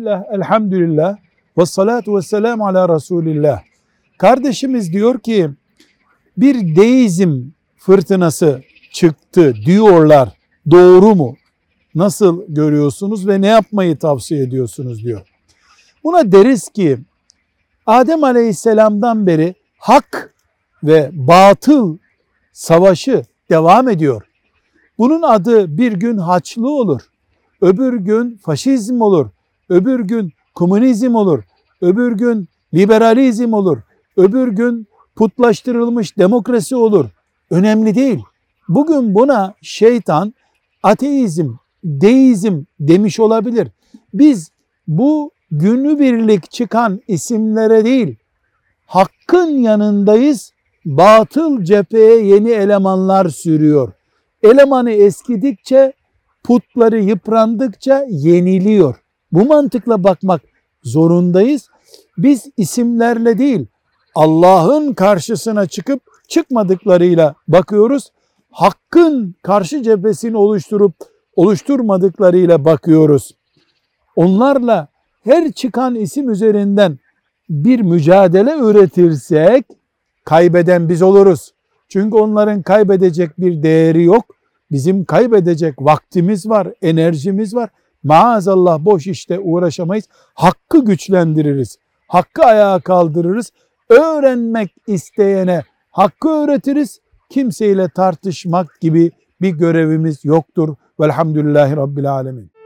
Bismillah, elhamdülillah, ve salatu ve selamu ala Resulillah. Kardeşimiz diyor ki, bir deizm fırtınası çıktı diyorlar. Doğru mu? Nasıl görüyorsunuz ve ne yapmayı tavsiye ediyorsunuz diyor. Buna deriz ki, Adem Aleyhisselam'dan beri hak ve batıl savaşı devam ediyor. Bunun adı bir gün Haçlı olur, öbür gün faşizm olur, öbür gün komünizm olur, öbür gün liberalizm olur, öbür gün putlaştırılmış demokrasi olur. Önemli değil. Bugün buna şeytan ateizm, deizm demiş olabilir. Biz bu günübirlik çıkan isimlere değil, hakkın yanındayız. Batıl cepheye yeni elemanlar sürüyor. Elemanı eskidikçe, putları yıprandıkça yeniliyor. Bu mantıkla bakmak zorundayız. Biz isimlerle değil, Allah'ın karşısına çıkıp çıkmadıklarıyla bakıyoruz. Hakkın karşı cephesini oluşturup oluşturmadıklarıyla bakıyoruz. Onlarla her çıkan isim üzerinden bir mücadele üretirsek kaybeden biz oluruz. Çünkü onların kaybedecek bir değeri yok. Bizim kaybedecek vaktimiz var, enerjimiz var. Maazallah boş işte uğraşamayız. Hakkı güçlendiririz. Hakkı ayağa kaldırırız. Öğrenmek isteyene hakkı öğretiriz. Kimseyle tartışmak gibi bir görevimiz yoktur. Velhamdülillahi Rabbil Alemin.